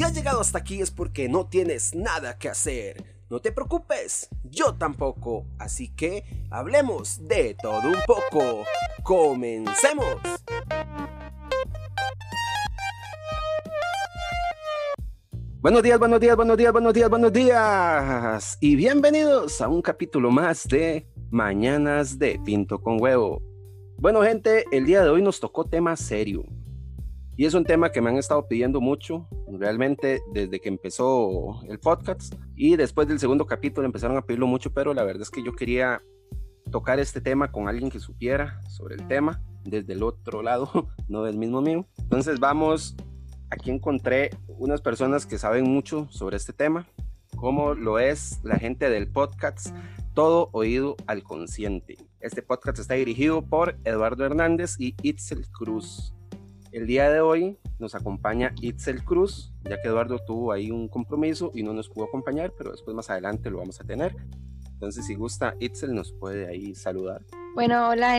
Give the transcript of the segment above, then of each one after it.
has llegado hasta aquí es porque no tienes nada que hacer. No te preocupes, yo tampoco. Así que hablemos de todo un poco. ¡Comencemos! Buenos días, buenos días, buenos días, buenos días, buenos días. Y bienvenidos a un capítulo más de Mañanas de Pinto con Huevo. Bueno, gente, el día de hoy nos tocó tema serio. Y es un tema que me han estado pidiendo mucho, realmente desde que empezó el podcast. Y después del segundo capítulo empezaron a pedirlo mucho, pero la verdad es que yo quería tocar este tema con alguien que supiera sobre el tema, desde el otro lado, no del mismo mío. Entonces aquí encontré unas personas que saben mucho sobre este tema, como lo es la gente del podcast Todo Oído al Consciente. Este podcast está dirigido por Eduardo Hernández y Itzel Cruz. El día de hoy nos acompaña Itzel Cruz, ya que Eduardo tuvo ahí un compromiso y no nos pudo acompañar, pero después más adelante lo vamos a tener. Entonces, si gusta, Itzel nos puede ahí saludar. Bueno, hola,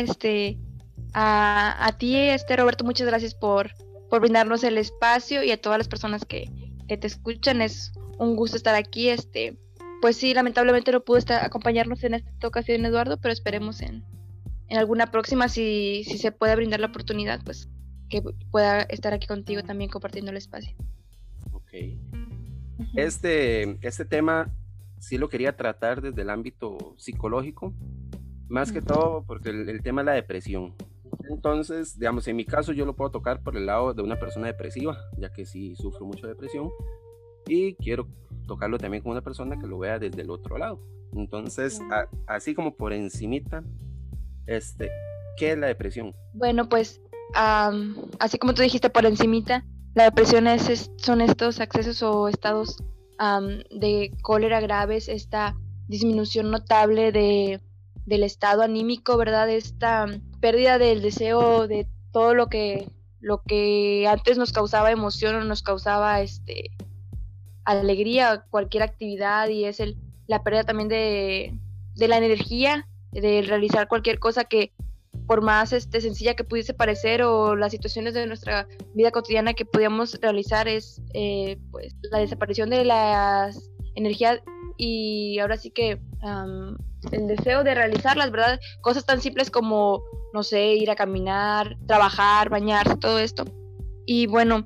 a ti, Roberto, muchas gracias por brindarnos el espacio, y a todas las personas que te escuchan. Es un gusto estar aquí. Pues sí, lamentablemente no pudo acompañarnos en esta ocasión, Eduardo, pero esperemos en alguna próxima, si se puede brindar la oportunidad, pues que pueda estar aquí contigo también compartiendo el espacio. Ok. Este tema sí lo quería tratar desde el ámbito psicológico, más que todo porque el tema es la depresión. Entonces, digamos, en mi caso yo lo puedo tocar por el lado de una persona depresiva, ya que sí sufro mucho de depresión, y quiero tocarlo también con una persona que lo vea desde el otro lado. Entonces, así como por encimita, ¿qué es la depresión? Bueno, pues así como tú dijiste por encimita, la depresión son estos accesos o estados de cólera graves, esta disminución notable del estado anímico, ¿verdad? Esta pérdida del deseo de todo lo que antes nos causaba emoción o nos causaba alegría, cualquier actividad, y es la pérdida también de la energía, de realizar cualquier cosa que, por más sencilla que pudiese parecer, o las situaciones de nuestra vida cotidiana que podíamos realizar, es pues la desaparición de las energías, y ahora sí que el deseo de realizarlas, ¿verdad? Cosas tan simples como, no sé, ir a caminar, trabajar, bañarse, todo esto. Y bueno,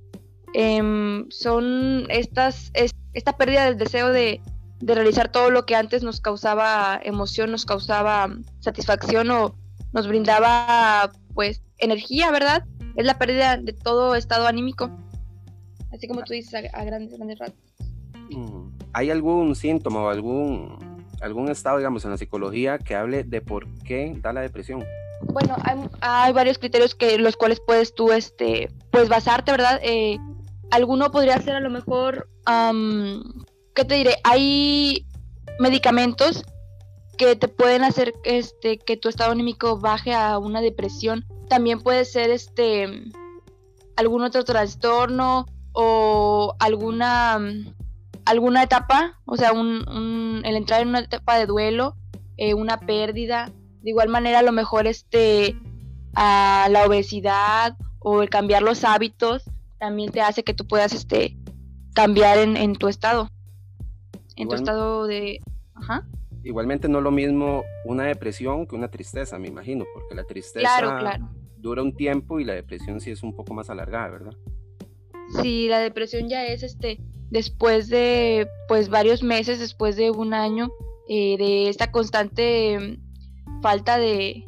son esta pérdida del deseo de realizar todo lo que antes nos causaba emoción, nos causaba satisfacción o nos brindaba pues energía, ¿verdad? Es la pérdida de todo estado anímico, así como tú dices, a grandes rasgos. ¿Hay algún síntoma o algún estado, digamos, en la psicología que hable de por qué da la depresión? Bueno, hay varios criterios los cuales puedes tú pues basarte, ¿verdad? Alguno podría ser a lo mejor, ¿qué te diré? Hay medicamentos que te pueden hacer que tu estado anímico baje a una depresión. También puede ser algún otro trastorno o alguna etapa, o sea, el entrar en una etapa de duelo, una pérdida. De igual manera, a lo mejor a la obesidad o el cambiar los hábitos también te hace que tú puedas cambiar en tu estado. Tu estado de... Ajá. Igualmente no es lo mismo una depresión que una tristeza, me imagino, porque la tristeza claro. dura un tiempo y la depresión sí es un poco más alargada, ¿verdad? Sí, la depresión ya es después de pues varios meses, después de un año de esta constante falta de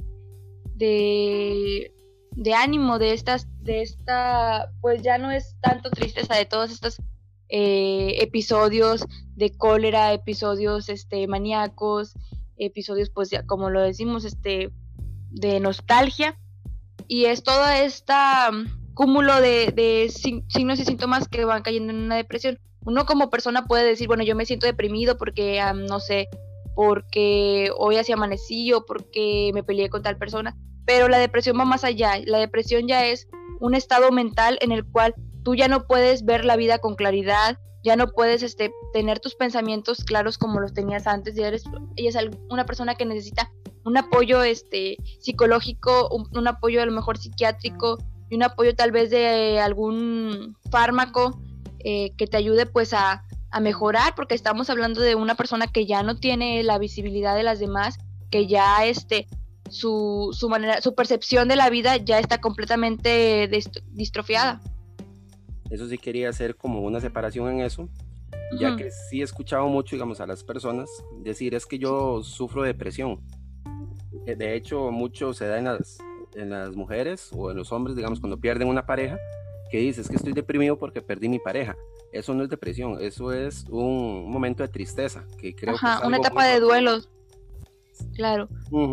ánimo, de esta pues ya no es tanto tristeza, de todos estos episodios de cólera, episodios maníacos, episodios pues ya como lo decimos de nostalgia, y es todo cúmulo de signos y síntomas que van cayendo en una depresión. Uno como persona puede decir, bueno, yo me siento deprimido porque no sé, porque hoy así amanecí o porque me peleé con tal persona, pero la depresión va más allá. La depresión ya es un estado mental en el cual tú ya no puedes ver la vida con claridad, ya no puedes tener tus pensamientos claros como los tenías antes, ya eres una persona que necesita un apoyo psicológico, un apoyo a lo mejor psiquiátrico, y un apoyo tal vez de algún fármaco que te ayude pues a mejorar, porque estamos hablando de una persona que ya no tiene la visibilidad de las demás, que ya su manera, su percepción de la vida ya está completamente distrofiada. Eso sí quería hacer como una separación en eso, ya que sí he escuchado mucho, digamos, a las personas decir, es que yo sufro de depresión. De hecho, mucho se da en las mujeres o en los hombres, digamos, cuando pierden una pareja, que dices que estoy deprimido porque perdí mi pareja. Eso no es depresión, eso es un momento de tristeza, que creo que es algo una etapa de duelo, claro.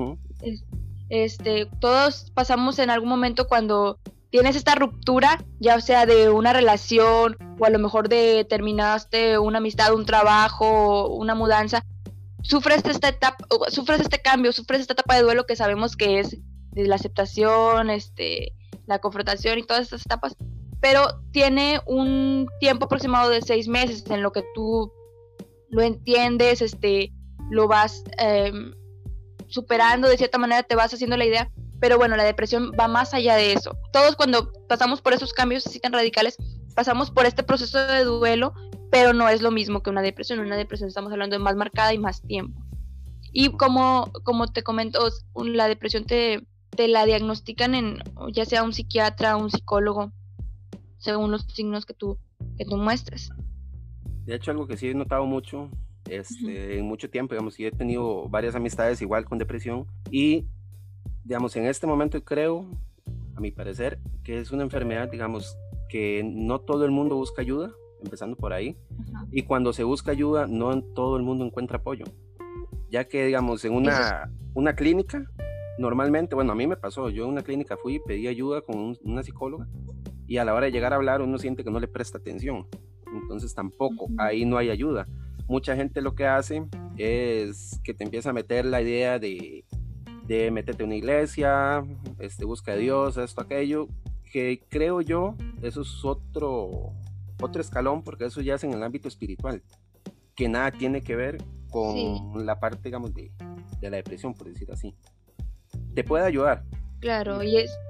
Todos pasamos en algún momento cuando tienes esta ruptura, ya sea de una relación o a lo mejor terminaste una amistad, un trabajo, una mudanza, sufres esta etapa, sufres este cambio, sufres esta etapa de duelo que sabemos que es de la aceptación, la confrontación y todas estas etapas, pero tiene un tiempo aproximado de 6 meses en lo que tú lo entiendes, lo vas superando, de cierta manera te vas haciendo la idea, pero bueno, la depresión va más allá de eso. Todos cuando pasamos por esos cambios así tan radicales, pasamos por este proceso de duelo, pero no es lo mismo que una depresión. Una depresión estamos hablando de más marcada y más tiempo. Y como te comento, la depresión te la diagnostican ya sea un psiquiatra, un psicólogo, según los signos que tú muestres. De hecho, algo que sí he notado mucho, en mucho tiempo, digamos, sí he tenido varias amistades igual con depresión y, digamos, en este momento creo, a mi parecer, que es una enfermedad, digamos, que no todo el mundo busca ayuda, empezando por ahí, y cuando se busca ayuda, no todo el mundo encuentra apoyo, ya que, digamos, en una clínica, normalmente, bueno, a mí me pasó, yo en una clínica fui y pedí ayuda con una psicóloga, y a la hora de llegar a hablar uno siente que no le presta atención, entonces tampoco, ahí no hay ayuda. Mucha gente lo que hace es que te empieza a meter la idea de métete a una iglesia, busca a Dios, esto, aquello, que creo yo, eso es otro escalón, porque eso ya es en el ámbito espiritual, que nada tiene que ver con la parte, digamos, de la depresión, por decir así. Te puede ayudar. Claro, y es...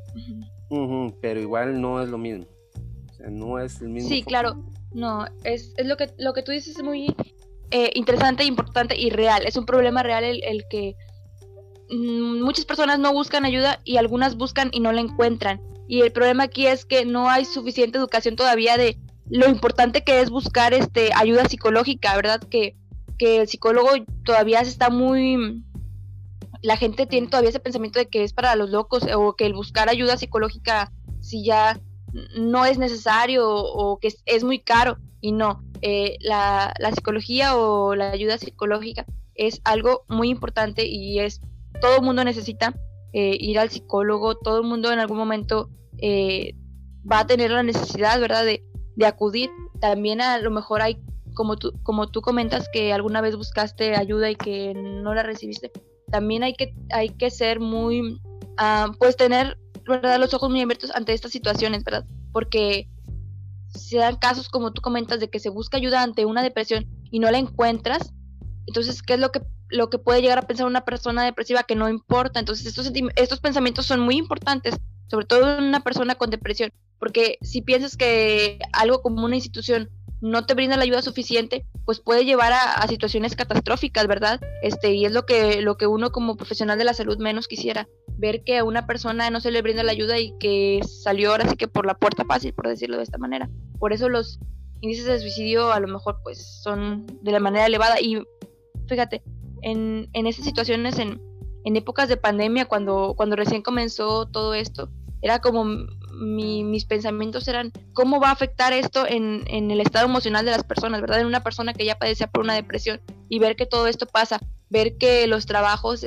pero igual no es lo mismo. O sea, no es el mismo. Sí, claro, no, es lo que tú dices es muy interesante, importante y real. Es un problema real el que muchas personas no buscan ayuda y algunas buscan y no la encuentran. Y el problema aquí es que no hay suficiente educación todavía de lo importante que es buscar ayuda psicológica, ¿verdad? Que el psicólogo todavía está muy... La gente tiene todavía ese pensamiento de que es para los locos, o que el buscar ayuda psicológica si ya no es necesario o que es muy caro. Y no, la psicología o la ayuda psicológica es algo muy importante y todo el mundo necesita ir al psicólogo, todo el mundo en algún momento va a tener la necesidad, ¿verdad?, de acudir. También a lo mejor hay, como tú comentas, que alguna vez buscaste ayuda y que no la recibiste. También hay que ser muy, pues tener, ¿verdad?, los ojos muy abiertos ante estas situaciones, ¿verdad? Porque se dan casos, como tú comentas, de que se busca ayuda ante una depresión y no la encuentras. Entonces, ¿qué es lo que puede llegar a pensar una persona depresiva? Que no importa. Entonces, estos pensamientos son muy importantes, sobre todo en una persona con depresión, porque si piensas que algo como una institución no te brinda la ayuda suficiente, pues puede llevar a situaciones catastróficas, ¿verdad? Y es lo que uno como profesional de la salud menos quisiera, ver que a una persona no se le brinda la ayuda y que salió ahora sí que por la puerta fácil, por decirlo de esta manera. Por eso los índices de suicidio a lo mejor pues son de la manera elevada. Y fíjate, en esas situaciones, en épocas de pandemia, cuando recién comenzó todo esto, era como mis pensamientos eran cómo va a afectar esto en el estado emocional de las personas, ¿verdad? En una persona que ya padecía por una depresión, y ver que todo esto pasa, ver que los trabajos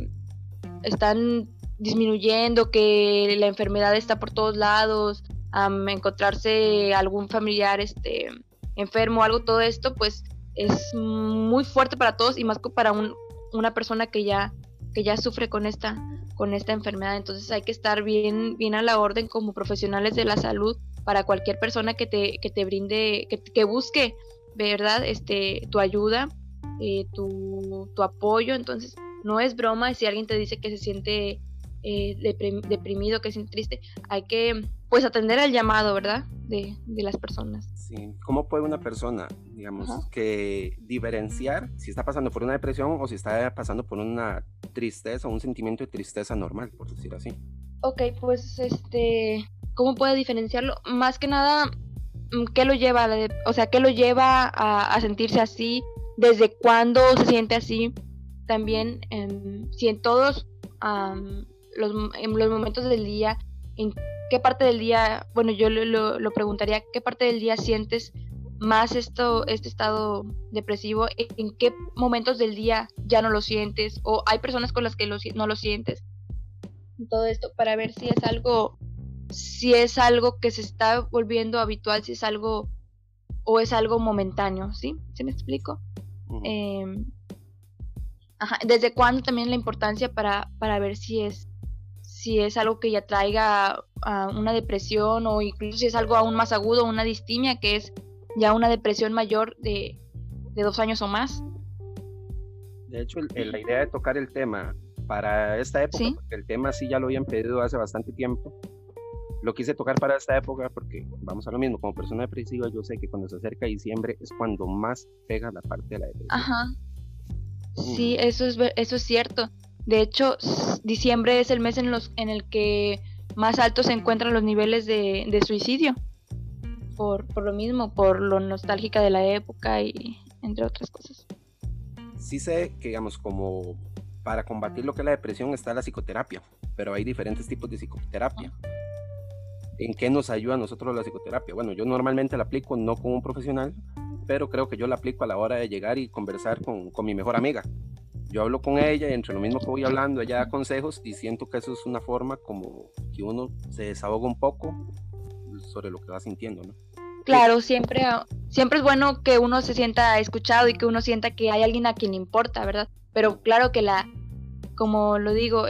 están disminuyendo, que la enfermedad está por todos lados, encontrarse algún familiar enfermo, algo, todo esto pues es muy fuerte para todos, y más que para una persona que ya sufre con esta enfermedad. Entonces hay que estar bien a la orden como profesionales de la salud para cualquier persona que te brinde, que busque, ¿verdad?, tu ayuda, tu apoyo. Entonces no es broma si alguien te dice que se siente deprimido, que se siente triste. Hay que pues atender al llamado, ¿verdad? De las personas. Sí, ¿cómo puede una persona, digamos, que diferenciar si está pasando por una depresión o si está pasando por una tristeza o un sentimiento de tristeza normal, por decir así? Ok, pues ¿cómo puede diferenciarlo? Más que nada, ¿qué lo lleva qué lo lleva a sentirse así? ¿Desde cuándo se siente así? También, si en todos en los momentos del día, en qué parte del día, bueno, yo lo preguntaría, ¿qué parte del día sientes más este estado depresivo? ¿En qué momentos del día ya no lo sientes? ¿O hay personas con las que no lo sientes? Todo esto para ver si es algo que se está volviendo habitual, si es algo o es algo momentáneo, ¿sí? ¿Sí me explico? Uh-huh. ¿Desde cuándo también la importancia para ver si es algo que ya traiga una depresión o incluso si es algo aún más agudo, una distimia, que es ya una depresión mayor de 2 años o más? De hecho, la idea de tocar el tema para esta época, ¿sí? Porque el tema sí ya lo habían pedido hace bastante tiempo. Lo quise tocar para esta época porque, vamos a lo mismo, como persona depresiva, yo sé que cuando se acerca diciembre es cuando más pega la parte de la depresión. Ajá. Sí, eso es cierto. De hecho, diciembre es el mes en el que más altos se encuentran los niveles de suicidio. Por lo mismo, por lo nostálgica de la época y entre otras cosas. Sí sé que, digamos, como para combatir lo que es la depresión está la psicoterapia, pero hay diferentes tipos de psicoterapia. ¿En qué nos ayuda a nosotros la psicoterapia? Bueno, yo normalmente la aplico no con un profesional, pero creo que yo la aplico a la hora de llegar y conversar con mi mejor amiga. Yo hablo con ella y entre lo mismo que voy hablando, ella da consejos y siento que eso es una forma como que uno se desahoga un poco sobre lo que va sintiendo, ¿no? Claro, siempre es bueno que uno se sienta escuchado y que uno sienta que hay alguien a quien le importa, ¿verdad? Pero claro que como lo digo,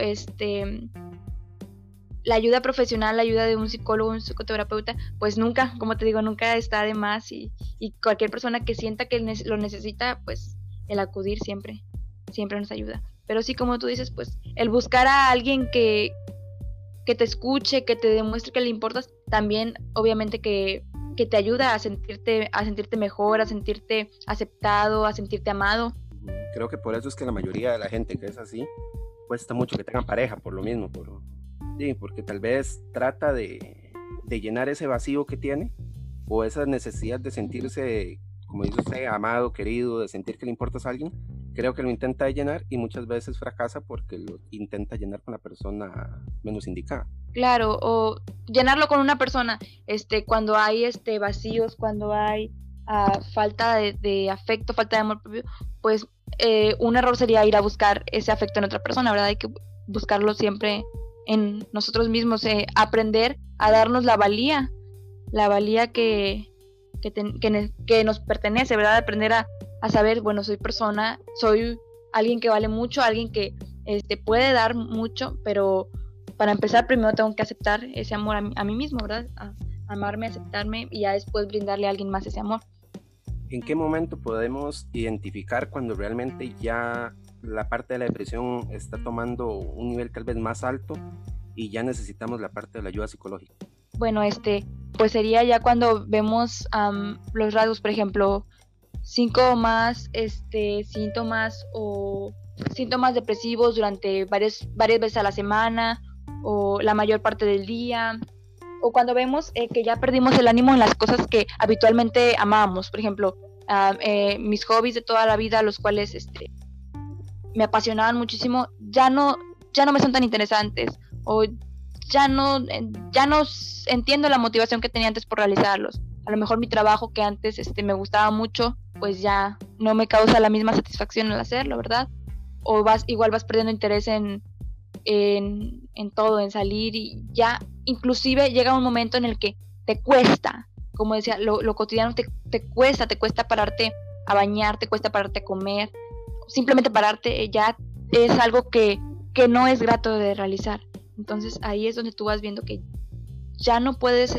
la ayuda profesional, la ayuda de un psicólogo, un psicoterapeuta, pues nunca, como te digo, nunca está de más y cualquier persona que sienta que lo necesita, pues el acudir siempre nos ayuda. Pero sí, como tú dices, pues el buscar a alguien que te escuche, que te demuestre que le importas, también obviamente que te ayuda a sentirte mejor, a sentirte aceptado, a sentirte amado. Creo que por eso es que la mayoría de la gente que es así, cuesta mucho que tengan pareja, por lo mismo, sí, porque tal vez trata de llenar ese vacío que tiene o esa necesidad de sentirse, como dice usted, amado, querido, de sentir que le importas a alguien. Creo que lo intenta llenar y muchas veces fracasa porque lo intenta llenar con la persona menos indicada. Claro, o llenarlo con una persona, cuando hay vacíos, cuando hay falta de afecto, falta de amor propio, pues un error sería ir a buscar ese afecto en otra persona, ¿verdad? Hay que buscarlo siempre en nosotros mismos, aprender a darnos la valía que nos pertenece, ¿verdad? Aprender a saber, bueno, soy persona, soy alguien que vale mucho, alguien que puede dar mucho, pero para empezar primero tengo que aceptar ese amor a mí mismo, ¿verdad? Amarme, aceptarme y ya después brindarle a alguien más ese amor. ¿En qué momento podemos identificar cuando realmente ya la parte de la depresión está tomando un nivel tal vez más alto y ya necesitamos la parte de la ayuda psicológica? Bueno, pues sería ya cuando vemos los rasgos, por ejemplo, 5 o más síntomas o síntomas depresivos durante varias veces a la semana o la mayor parte del día, o cuando vemos que ya perdimos el ánimo en las cosas que habitualmente amábamos. Por ejemplo, mis hobbies de toda la vida, los cuales me apasionaban muchísimo, ya no me son tan interesantes, o ya no entiendo la motivación que tenía antes por realizarlos. A lo mejor mi trabajo que antes me gustaba mucho, pues ya no me causa la misma satisfacción al hacerlo, ¿verdad? O igual vas perdiendo interés en todo, en salir, y ya inclusive llega un momento en el que te cuesta, como decía, lo cotidiano te cuesta pararte a bañar, te cuesta pararte a comer, simplemente pararte ya es algo que no es grato de realizar. Entonces ahí es donde tú vas viendo que ya no puedes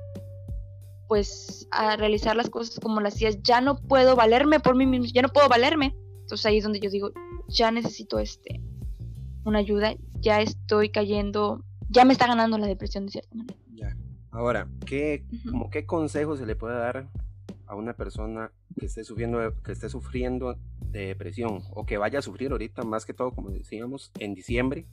pues a realizar las cosas como las hacías, ya no puedo valerme por mí mismo, ya no puedo valerme. Entonces ahí es donde yo digo, ya necesito una ayuda, ya estoy cayendo, ya me está ganando la depresión de cierta manera. Ya. Ahora, Ujú. ¿qué consejo se le puede dar a una persona que esté sufriendo de depresión o que vaya a sufrir ahorita, más que todo, como decíamos, en diciembre?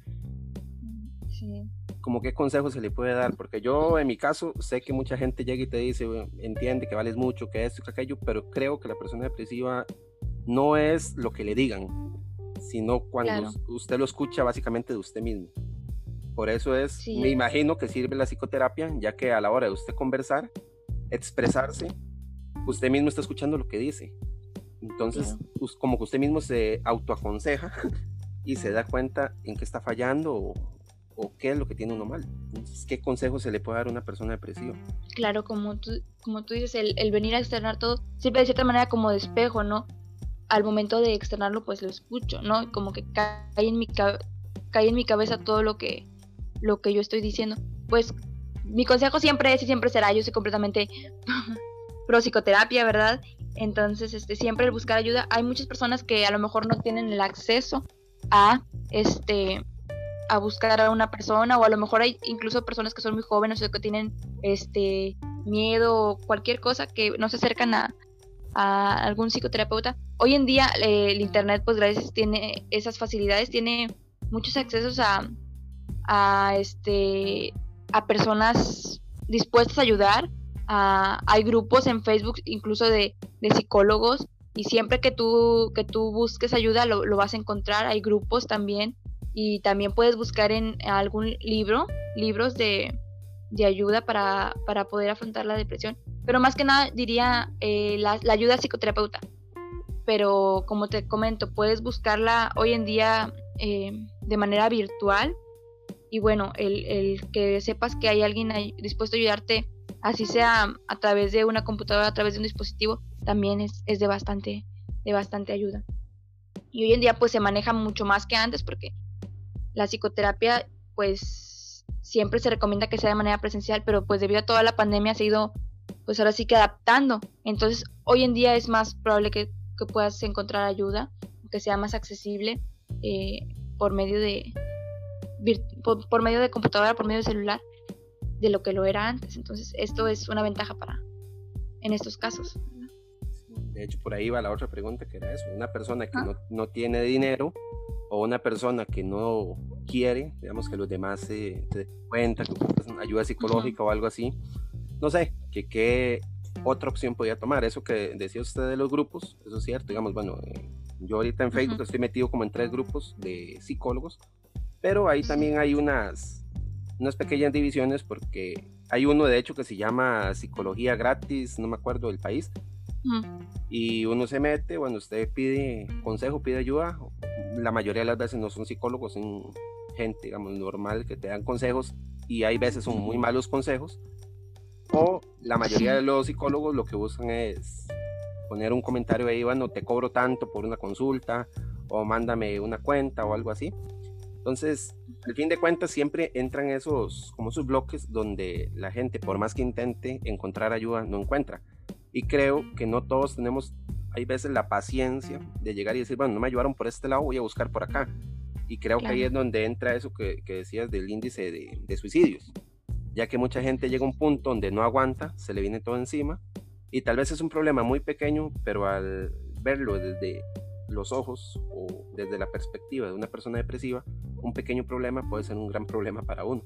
Sí, ¿Cómo qué consejo se le puede dar? Porque yo, en mi caso, sé que mucha gente llega y te dice, "Bueno, entiende que vales mucho, que esto, que aquello", pero creo que la persona depresiva no es lo que le digan, sino cuando claro, usted lo escucha básicamente de usted mismo. Por eso me sí, imagino que sirve la psicoterapia, ya que a la hora de usted conversar, expresarse, usted mismo está escuchando lo que dice. Entonces, claro. como que usted mismo se autoaconseja y se da cuenta en qué está fallando o qué es lo que tiene uno mal. Entonces, ¿qué consejo se le puede dar a una persona depresiva? Claro, como tú dices, el venir a externar todo, siempre de cierta manera como de espejo, ¿no? Al momento de externarlo, pues lo escucho, ¿no? Como que cae en mi cabeza todo lo que yo estoy diciendo. Pues mi consejo siempre es y siempre será, yo soy completamente pro psicoterapia, ¿verdad? Entonces, siempre el buscar ayuda. Hay muchas personas que a lo mejor no tienen el acceso a, a buscar a una persona, o a lo mejor hay incluso personas que son muy jóvenes o que tienen, miedo o cualquier cosa, que no se acercan a algún psicoterapeuta. Hoy en día el internet, pues gracias, tiene esas facilidades, tiene muchos accesos a, a personas dispuestas a ayudar. Hay grupos en Facebook incluso de psicólogos, y siempre que tú busques ayuda lo vas a encontrar. Hay grupos también, y también puedes buscar en algún libros de ayuda para poder afrontar la depresión. Pero más que nada diría la ayuda psicoterapeuta. Pero como te comento, puedes buscarla hoy en día de manera virtual. Y bueno, el que sepas que hay alguien ahí dispuesto a ayudarte, así sea a través de una computadora, a través de un dispositivo, también es de bastante ayuda. Y hoy en día pues se maneja mucho más que antes, porque la psicoterapia pues siempre se recomienda que sea de manera presencial, pero pues debido a toda la pandemia se ha ido pues ahora sí que adaptando. Entonces hoy en día es más probable que puedas encontrar ayuda, que sea más accesible por medio por medio de computadora, por medio de celular, de lo que lo era antes. Entonces esto es una ventaja en estos casos. De hecho, por ahí va la otra pregunta, que era eso. Una persona que ¿Ah? no tiene dinero o una persona que no quiere, digamos, que los demás se den cuenta, que ocupas una ayuda Uh-huh. psicológica o algo así, no sé, que qué otra opción podía tomar. Eso que decía usted de los grupos, eso es cierto. Digamos, bueno, yo ahorita en Facebook Uh-huh. estoy metido como en 3 grupos de psicólogos, pero ahí Sí. también hay unas pequeñas divisiones, porque hay uno de hecho que se llama Psicología Gratis, no me acuerdo del país, Uh-huh. y uno se mete, bueno, usted pide consejo, pide ayuda. La mayoría de las veces no son psicólogos, son gente, digamos, normal, que te dan consejos, y hay veces son muy malos consejos, o la mayoría de Sí, los psicólogos lo que buscan es poner un comentario ahí, bueno, te cobro tanto por una consulta, o mándame una cuenta o algo así. Entonces, al fin de cuentas, siempre entran como esos bloques donde la gente, por más que intente encontrar ayuda, no encuentra. Y creo que no todos tenemos, hay veces, la paciencia de llegar y decir, bueno, no me ayudaron por este lado, voy a buscar por acá. Y creo que ahí claro. es donde entra eso que decías del índice de suicidios, ya que mucha gente llega a un punto donde no aguanta, se le viene todo encima, y tal vez es un problema muy pequeño, pero al verlo desde los ojos o desde la perspectiva de una persona depresiva, un pequeño problema puede ser un gran problema para uno.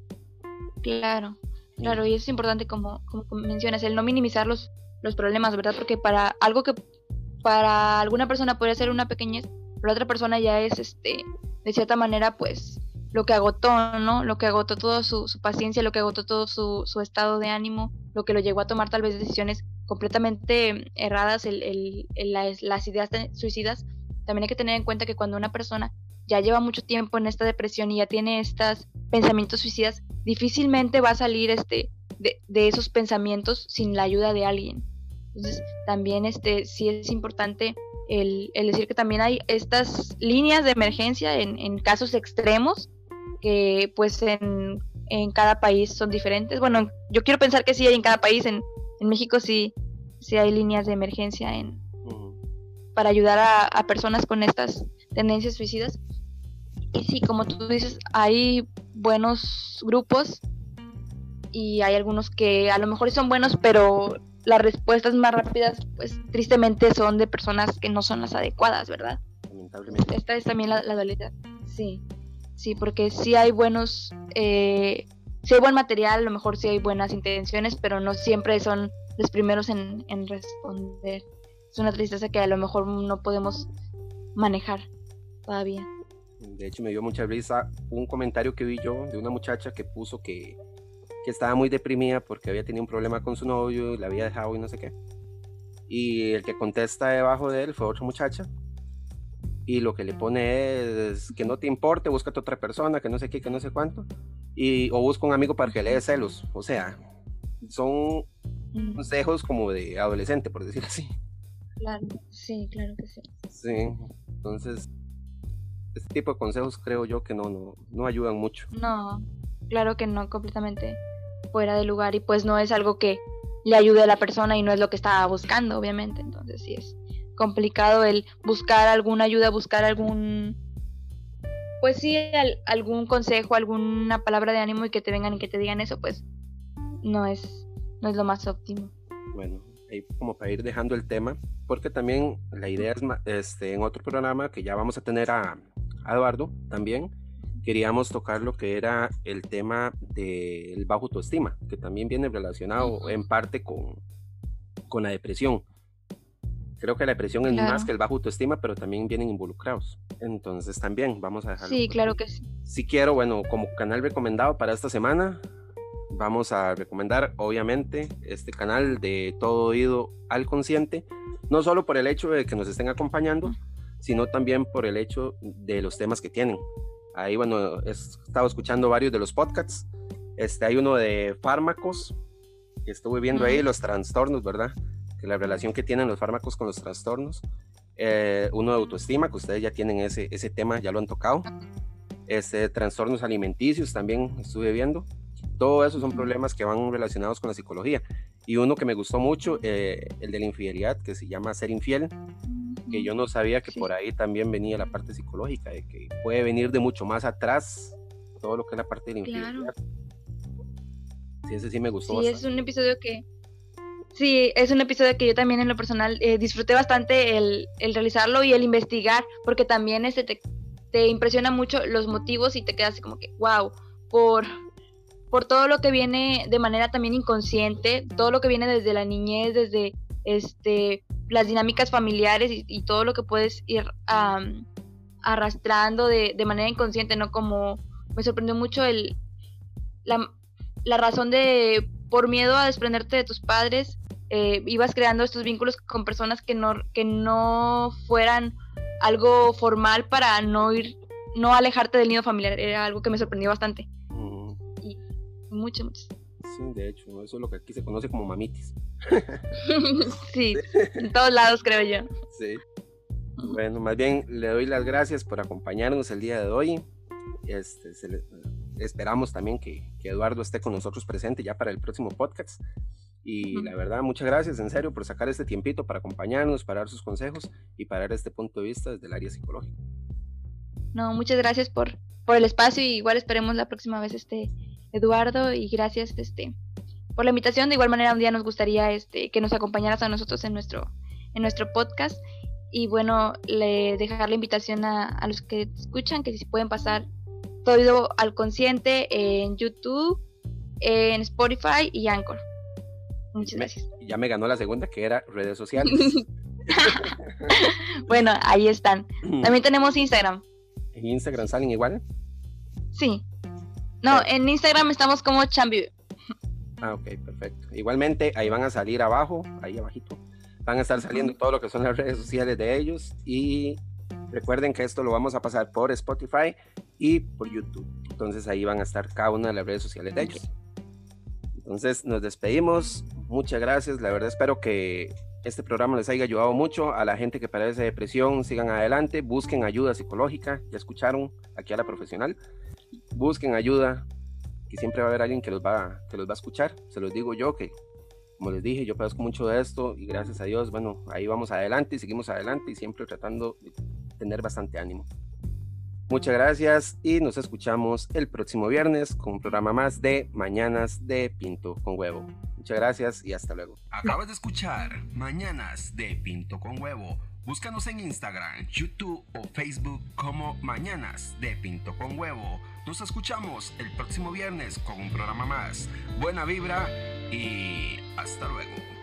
Claro, Mm. claro, y eso es importante como mencionas, el no minimizar los problemas, ¿verdad? Porque para algo que para alguna persona podría ser una pequeñez, para otra persona ya es, de cierta manera, pues, lo que agotó, ¿no? Lo que agotó toda su paciencia, lo que agotó todo su estado de ánimo, lo que lo llevó a tomar tal vez decisiones completamente erradas, las ideas suicidas. También hay que tener en cuenta que cuando una persona ya lleva mucho tiempo en esta depresión y ya tiene estos pensamientos suicidas, difícilmente va a salir de esos pensamientos sin la ayuda de alguien. Entonces, también sí es importante el decir que también hay estas líneas de emergencia en casos extremos, que pues en cada país son diferentes. Bueno, yo quiero pensar que sí hay en cada país. En México sí hay líneas de emergencia Mm. para ayudar a personas con estas tendencias suicidas. Y sí, como tú dices, hay buenos grupos y hay algunos que a lo mejor son buenos, pero las respuestas más rápidas, pues tristemente son de personas que no son las adecuadas, ¿verdad? Lamentablemente. Esta es también la dualidad. Sí, sí, porque sí hay buenos, sí hay buen material, a lo mejor sí hay buenas intenciones, pero no siempre son los primeros en responder. Es una tristeza que a lo mejor no podemos manejar todavía. De hecho, me dio mucha risa un comentario que vi yo de una muchacha que puso que estaba muy deprimida porque había tenido un problema con su novio y la había dejado y no sé qué. Y el que contesta debajo de él fue otra muchacha. Y lo que le pone es que no te importe, búscate otra persona, que no sé qué, que no sé cuánto. O busca un amigo para que le dé celos. O sea, son consejos como de adolescente, por decir así. Claro, sí, claro que sí. Sí, entonces, este tipo de consejos creo yo que no ayudan mucho. No, claro que no, completamente fuera de lugar, y pues no es algo que le ayude a la persona y no es lo que estaba buscando, obviamente. Entonces sí es complicado el buscar alguna ayuda, buscar algún, pues sí, algún consejo, alguna palabra de ánimo y que te vengan y que te digan eso, pues no es lo más óptimo. Bueno, ahí como para ir dejando el tema, porque también la idea es, en otro programa que ya vamos a tener a Eduardo también, queríamos tocar lo que era el tema del bajo autoestima, que también viene relacionado en parte con la depresión. Creo que la depresión es más que el bajo autoestima, pero también vienen involucrados. Entonces también vamos a dejarlo. Sí, claro que sí. Si quiero, bueno, como canal recomendado para esta semana, vamos a recomendar obviamente este canal de Todo Oído al Consciente, no solo por el hecho de que nos estén acompañando, sino también por el hecho de los temas que tienen. Ahí, bueno, he estado escuchando varios de los podcasts. Hay uno de fármacos, que estuve viendo ahí los trastornos, ¿verdad? Que la relación que tienen los fármacos con los trastornos. Uno de autoestima, que ustedes ya tienen ese tema, ya lo han tocado. Trastornos alimenticios también estuve viendo. Todo eso son problemas que van relacionados con la psicología. Y uno que me gustó mucho, el de la infidelidad, que se llama Ser Infiel, que yo no sabía que por ahí también venía la parte psicológica, de que puede venir de mucho más atrás todo lo que es la parte de la infidelidad. Sí, ese sí me gustó bastante. Es un episodio que yo también en lo personal disfruté bastante el realizarlo y el investigar, porque también te impresiona mucho los motivos y te quedas así como que wow, por todo lo que viene de manera también inconsciente, todo lo que viene desde la niñez, desde las dinámicas familiares y todo lo que puedes ir arrastrando de manera inconsciente, ¿no? Como me sorprendió mucho la razón de, por miedo a desprenderte de tus padres, ibas creando estos vínculos con personas que no fueran algo formal para no alejarte del nido familiar. Era algo que me sorprendió bastante. Y mucho. Sí, de hecho, eso es lo que aquí se conoce como mamitis. Sí, en todos lados creo yo. Sí. Bueno, más bien le doy las gracias por acompañarnos el día de hoy. Esperamos también que Eduardo esté con nosotros presente ya para el próximo podcast. Y la verdad, muchas gracias en serio por sacar este tiempito para acompañarnos, para dar sus consejos y para dar este punto de vista desde el área psicológica. No, muchas gracias por el espacio, y igual esperemos la próxima vez Eduardo, y gracias por la invitación. De igual manera, un día nos gustaría que nos acompañaras a nosotros en nuestro podcast. Y bueno, dejar la invitación a los que escuchan, que si pueden pasar Todo Oído al Consciente en YouTube, en Spotify y Anchor. Muchas gracias. Ya me ganó la segunda, que era redes sociales. Bueno, ahí están. También tenemos Instagram. ¿En Instagram salen igual? Sí. No, en Instagram estamos como Chambi. Ah, ok, perfecto. Igualmente, ahí van a salir abajo, ahí abajito, van a estar saliendo todo lo que son las redes sociales de ellos. Y recuerden que esto lo vamos a pasar por Spotify y por YouTube. Entonces ahí van a estar cada una de las redes sociales de ellos. Entonces nos despedimos. Muchas gracias. La verdad espero que este programa les haya ayudado mucho. A la gente que padece depresión, sigan adelante, busquen ayuda psicológica. Ya escucharon aquí a la profesional. Busquen ayuda, que siempre va a haber alguien que los va a escuchar. Se los digo yo, que como les dije, yo padezco mucho de esto y gracias a Dios, bueno, ahí vamos adelante y seguimos adelante y siempre tratando de tener bastante ánimo. Muchas gracias y nos escuchamos el próximo viernes con un programa más de Mañanas de Pinto con Huevo. Muchas gracias y hasta luego. Acabas de escuchar Mañanas de Pinto con Huevo. Búscanos en Instagram, YouTube o Facebook como Mañanas de Pinto con Huevo. Nos escuchamos el próximo viernes con un programa más. Buena vibra y hasta luego.